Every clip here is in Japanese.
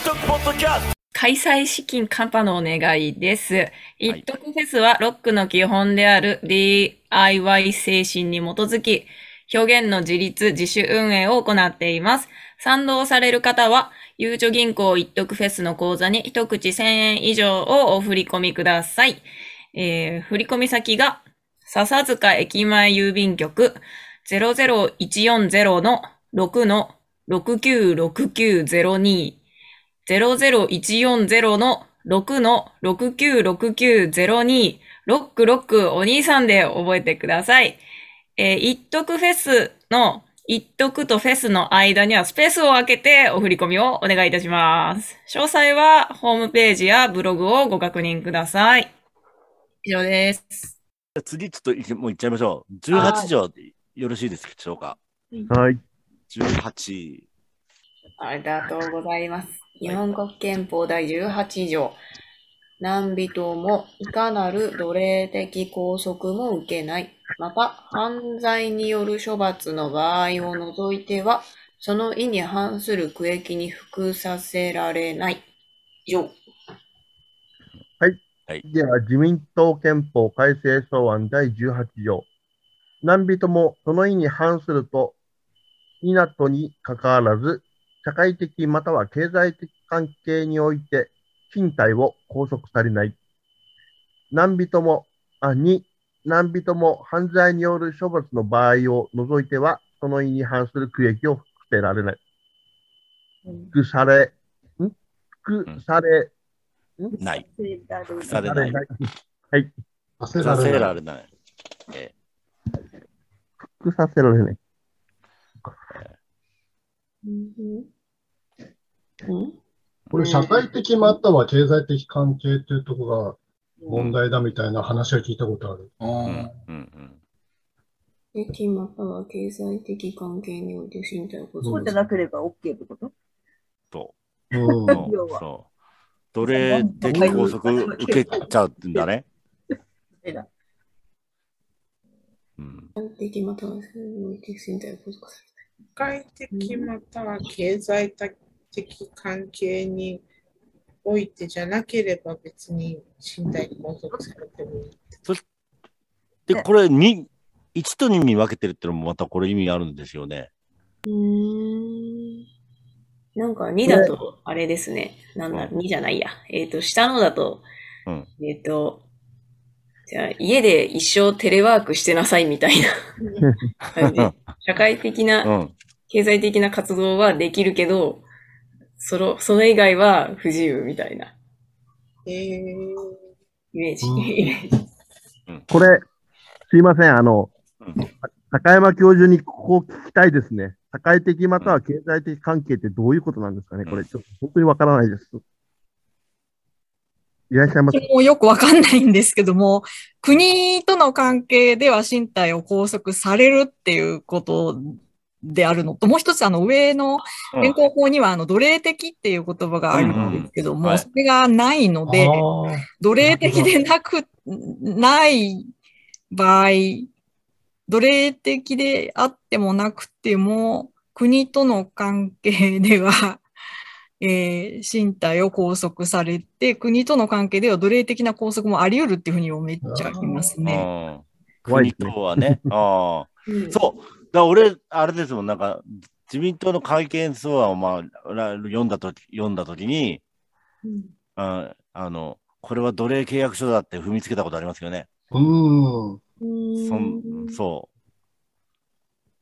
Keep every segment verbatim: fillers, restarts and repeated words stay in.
徳ポッドキャスト開催資金カンパのお願いです。一徳フェスはロックの基本である ディーアイワイ 精神に基づき、表現の自立自主運営を行っています。賛同される方は、ゆうちょ銀行一徳フェスの口座に一口せんえん以上をお振り込みください。えー、振込先が、笹塚駅前郵便局 ゼロゼロいちよんゼロのろくのろくきゅうろくきゅうゼロに ゼロゼロいちよんゼロのろくのろくきゅうろくきゅうゼロにロックロックお兄さんで覚えてください。えー、一徳フェスの一徳とフェスの間にはスペースを空けてお振り込みをお願いいたします。詳細はホームページやブログをご確認ください。以上です。 次ちょっともう行っちゃいましょう。じゅうはち条でよろしいですでしょうか。 はい。 じゅうはち。 ありがとうございます。日本国憲法第じゅうはち条。何人もいかなる奴隷的拘束も受けない。また、犯罪による処罰の場合を除いては、その意に反する区役に服させられない。以上。 はい。はい、では、自民党憲法改正草案第じゅうはち条。何人もその意に反すると、否とにかかわらず、社会的または経済的関係において身体を拘束されない。何人も、あ、に、何人も犯罪による処罰の場合を除いては、その意に反する区役を服せられない。服され、ん服され、 んない。服されない。 はい。 服させられない。え服させられない。 これ、社会的または経済的関係っていうところが問題だみたいな話は聞いたことある。 的または経済的関係において身体を拘束。 そうじゃなければ OK ってことそう。うん、そう。奴隷的拘束受けちゃうんだね。 うん。的または身体を拘束されない。 社会的または経済的関係においてじゃなければ別に身体拘束されてもいい。 そで、これに、いちとにに分けてるってのもまたこれ意味あるんですよね。 うーん。なんかにだとあれですね。なんだ、にじゃないや。えっと、下のだと、うん、えっと、じゃあ家で一生テレワークしてなさいみたいな感じ。社会的な、うん、経済的な活動はできるけど、その、その以外は不自由みたいな。 えー、イメージ。イメージ。 これ、すいません。あの、うん、高山教授にここ聞きたいですね。社会的または経済的関係ってどういうことなんですかね。これ、ちょっと本当にわからないです。いらっしゃいますか？ もうよくわかんないんですけども、国との関係では身体を拘束されるっていうことであるのと、もう一つあの上の現行法にはあの奴隷的っていう言葉があるんですけども、うんうんはい、それがないので、奴隷的でなく、ない場合、奴隷的であってもなくても、国との関係では、えー、身体を拘束されて、国との関係では奴隷的な拘束もあり得るっていうふうにめっちゃいますね。 国とはね。ああ、うん、そう。だから俺、あれですもん、なんか、自民党の改憲草案を、まあ、読んだとき、読んだときに、うん、あ、あの、これは奴隷契約書だって踏みつけたことありますよね。 うん。 そ, そう。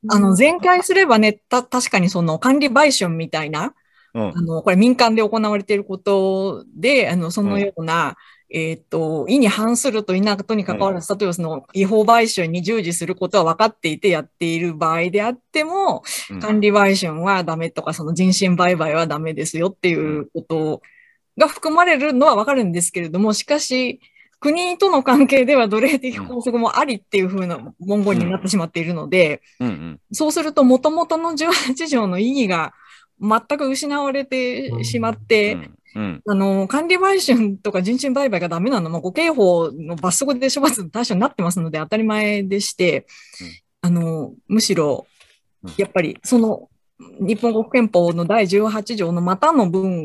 あの、前回すればね、た、確かにその管理売春みたいな、うん、あの、これ民間で行われていることで、あの、そのような、うん、えっと、意に反すると否とに関わらず、うん、例えばその違法売春に従事することは分かっていてやっている場合であっても、うん、管理売春はダメとか、その人身売買はダメですよっていうことが含まれるのは分かるんですけれども、しかし、国との関係では奴隷的拘束もありっていう風な文言になってしまっているので、うんうん、そうすると元々のじゅうはち条の意義が全く失われてしまって、うんうん、あの、管理売春とか人身売買がダメなのも、護刑法の罰則で処罰の対象になってますので当たり前でして、うん、あの、むしろ、やっぱりその日本国憲法の第じゅうはち条のまたの文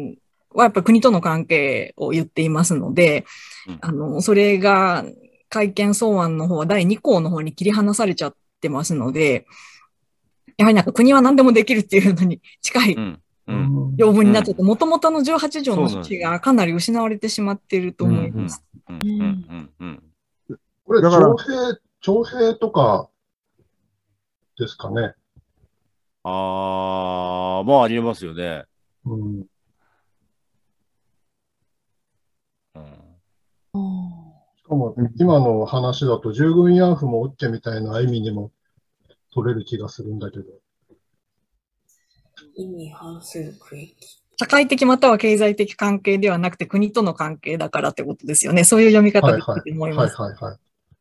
はやっぱり国との関係を言っていますので、 うんあの、それが改憲草案の方はだいに項の方に切り離されちゃってますので、やはりなんか国は何でもできるっていうのに近いうんうん条文になっちゃって、もともとのじゅうはち条のそうなんです趣旨がかなり失われてしまっていると思います。 うんうんうんうんこれ、 だから徴兵、徴兵とかですかね。 ああ、まあありえますよね。 うん。 うんしかも、今の話だと、従軍慰安婦も OK みたいな意味にも取れる気がするんだけど。 意に反する区域。 社会的または経済的関係ではなくて国との関係だからってことですよね。そういう読み方できると思います。 はいはいはいはい。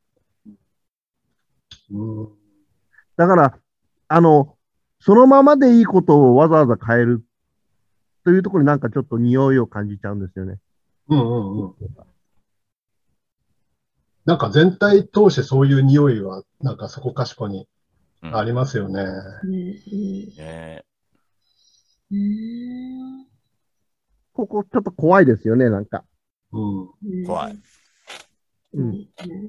うん。 だから、あの、そのままでいいことをわざわざ変えるというところになんかちょっと匂いを感じちゃうんですよね。 うんうんうん。なんか全体通してそういう匂いは、なんかそこかしこにうんありますよね。 ねうんここちょっと怖いですよね、なんか。 うん。 怖い。 う。 うんん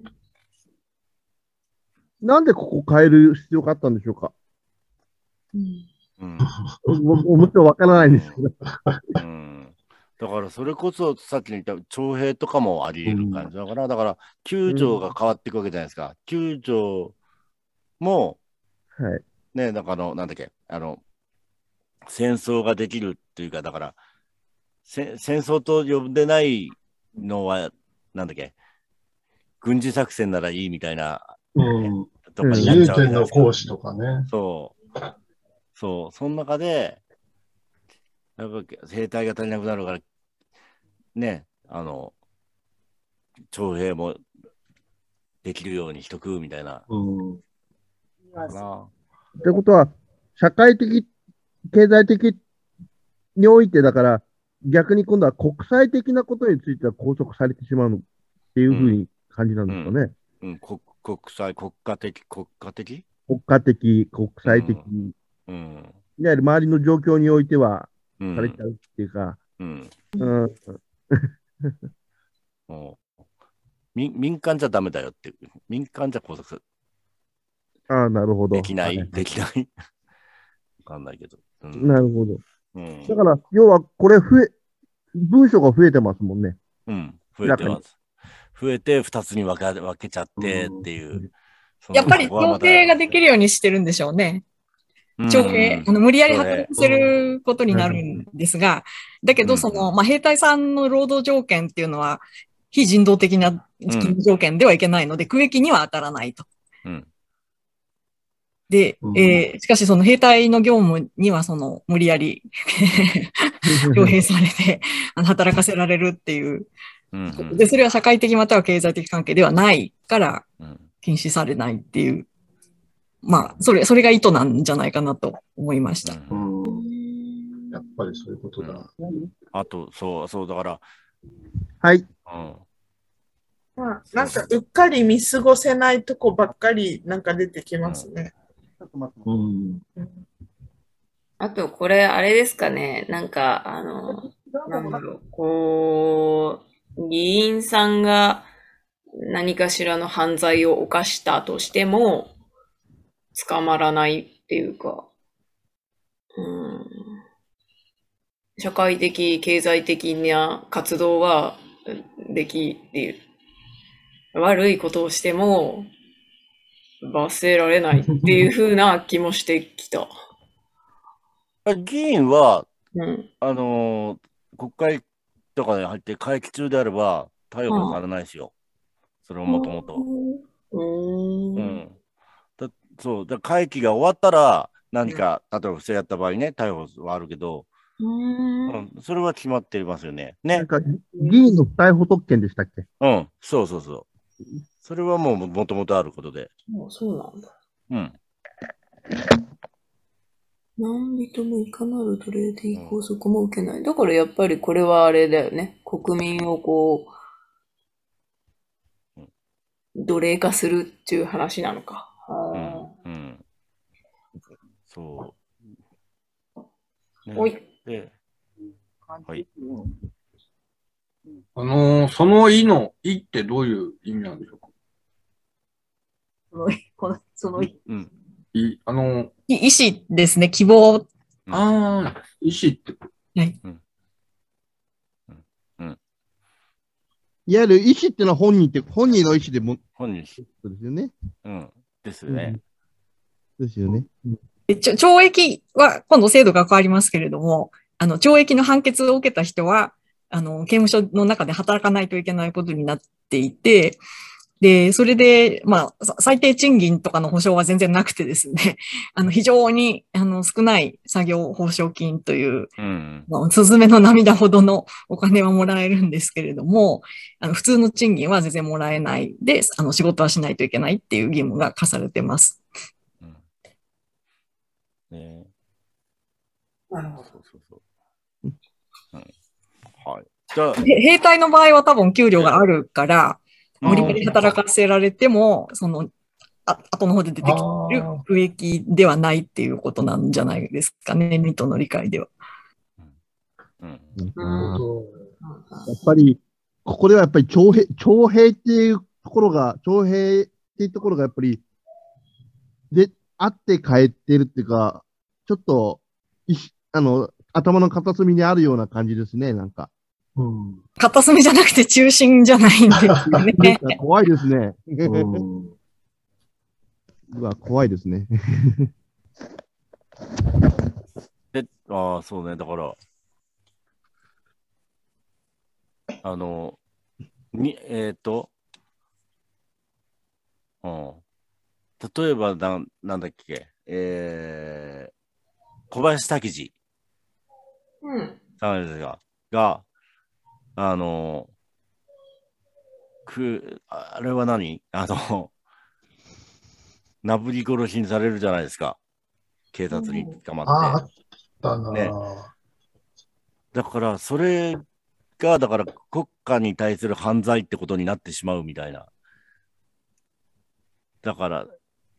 なんでここ変える必要があったんでしょうか。 うんうんももちろんわからないんですけど。 うんだからそれこそさっき言った徴兵とかもあり得る感じだから、だからきゅう条が変わっていくわけじゃないですか。きゅう条もはい。 ね、なんかあの、なんだっけ、あの、戦争ができるっていうか、だからせ戦争と呼んでないのは、なんだっけ、軍事作戦ならいいみたいな、 うん。 とかに自衛なっちゃうわけじゃ権のないですか。 行使とかね。 そう。そう。その中で、なんか兵隊が足りなくなるから、ね、あの、徴兵もできるようにしとくみたいな。 うん。 かな。 ということは、社会的、経済的において、だから、逆に今度は国際的なことについては拘束されてしまうっていうふうに感じなんですかね。 うん、国国際、国家的、国家的国家的、国際的、 うん。 いわゆる周りの状況においてはうん。 されちゃうっていうか、 うん。 うん、 もう民民間じゃダメだよっていう。民間じゃ拘束する。 ああ、なるほど。 できない、 はいできない。わかんないけど。うんなるほど。 うんだから、要はこれ増え、文章が増えてますもんね。 うん、増えてます。増えてふたつに分け分けちゃってっていう。そのやっぱりここはまた徴兵ができるようにしてるんでしょうね。徴兵、あの無理やり働かせることになるんですが、だけど、その、まあ、兵隊さんの労働条件っていうのは、非人道的な勤務条件ではいけないので、区域には当たらないと。 うんで、えー、しかしその兵隊の業務にはその無理やり徴兵されて働かせられるっていう。で、それは社会的または経済的関係ではないから禁止されないっていう。まあ、それ、それが意図なんじゃないかなと思いました。 うん、やっぱりそういうことだ。 うん、あと、そう、そう、だから。 はい。うんまあ、なんかうっかり見過ごせないとこばっかりなんか出てきますね。 うん、 あと、これ、あれですかね。なんか、あの、なんだろう、こう、議員さんが何かしらの犯罪を犯したとしても、捕まらないっていうか、うん、社会的、経済的な活動はできる。悪いことをしても罰せられないっていう風な気もしてきた。 議員は、 うん、 あのー、国会とかに入って会期中であれば逮捕されないですよ。それももともと。うん。だそう、だ会期が終わったら何か、例えば不正やった場合ね、逮捕はあるけど、うんうん、それは決まっていますよね。ね。 なんか議員の不逮捕特権でしたっけ？ うん、そうそうそう。それはもうもともとあることで。 もうそうなんだ。 うん。 何人もいかなる奴隷的拘束も受けない。だからやっぱりこれはあれだよね。国民をこう、奴隷化するっていう話なのか。 うん。うん、そう。 ね、おい。 で、 感じですね。 あのー、その意の意ってどういう意味なんでしょうか？ その意、この、その意。 うん。い、あのー、 意志ですね、希望。 ああ、意志って。 はい。 うんうん。 いわゆる意思っていうのは本人って、本人の意思でも、 本人ですよね。 うん。ですよね。 うん、ですよね。 でちょ懲役は今度制度が変わりますけれども、あの、懲役の判決を受けた人は、あの、刑務所の中で働かないといけないことになっていて、で、それで、まあ、最低賃金とかの保証は全然なくてですね、あの、非常に、あの、少ない作業報奨金という、 うん、 まあ、すずめの涙ほどのお金はもらえるんですけれども、あの、普通の賃金は全然もらえないで、あの、仕事はしないといけないっていう義務が課されてます。 うん。ね、 なるほど。 そうそうそう。うん、はい。じゃあ、 兵隊の場合は多分給料があるから、無理やり働かせられても、その、あ後の方で出てきてる不益ではないっていうことなんじゃないですかね、ニトの理解では。 うん。 うん、やっぱり、ここではやっぱり徴兵、徴兵っていうところが、徴兵っていうところがやっぱり、で、あって帰ってるっていうか、ちょっと、いしあの、頭の片隅にあるような感じですね、なんか。 うん、 片隅じゃなくて中心じゃないんですよね。 怖いですね。 うん、 うわ、怖いですね。 で、ああ、そうね、だから、あの、に、えっ、ー、と、うん。例えばな、なんだっけ、えー、小林滝次さんが、が、あの、く、あれは何あの、なぶり殺しにされるじゃないですか。警察に捕まって。 ああ、あったな、 ね。だから、それが、だから国家に対する犯罪ってことになってしまうみたいな。だから、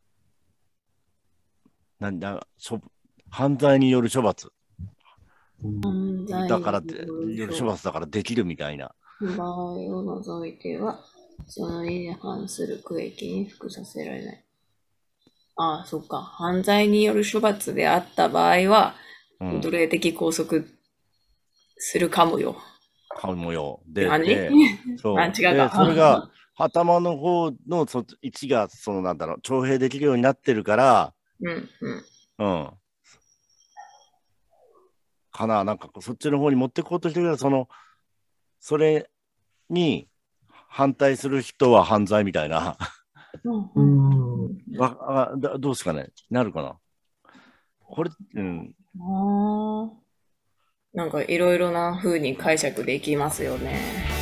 なんだ、しょ犯罪による処罰。 犯罪だから、よる処罰だからできるみたいな。 場合を除いては、その意に反する区域に服させられない。ああ、そっか。犯罪による処罰であった場合は、うん、奴隷的拘束するかもよ。 かもよ。で、 でそう。で、それが、頭の方のそ位置が、そのなんだろう、徴兵できるようになってるから、 うんうんうん。かな、なんかそっちの方に持ってこうとしてるけど、その、それに反対する人は犯罪みたいな。 うん。 ああ、どうですかね、なるかな。これ、うん。 ああ。なんかいろいろな風に解釈できますよね。